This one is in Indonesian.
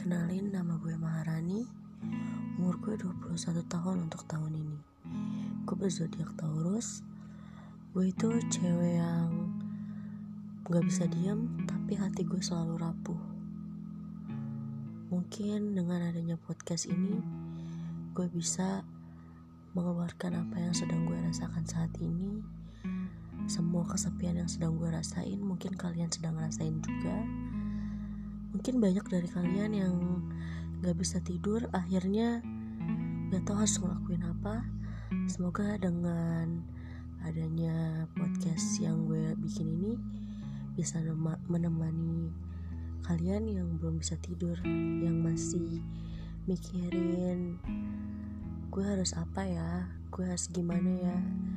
Kenalin, nama gue Maharani. Umur gue 21 tahun untuk tahun ini. Gue berzodiak Taurus. Gue itu cewek yang gak bisa diem, tapi hati gue selalu rapuh. Mungkin dengan adanya podcast ini, gue bisa mengeluarkan apa yang sedang gue rasakan saat ini. Semua kesepian yang sedang gue rasain, mungkin kalian sedang rasain juga. Mungkin banyak dari kalian yang gak bisa tidur, akhirnya gak tahu harus ngelakuin apa. Semoga dengan adanya podcast yang gue bikin ini bisa menemani kalian yang belum bisa tidur, yang masih mikirin gue harus apa ya, gue harus gimana ya.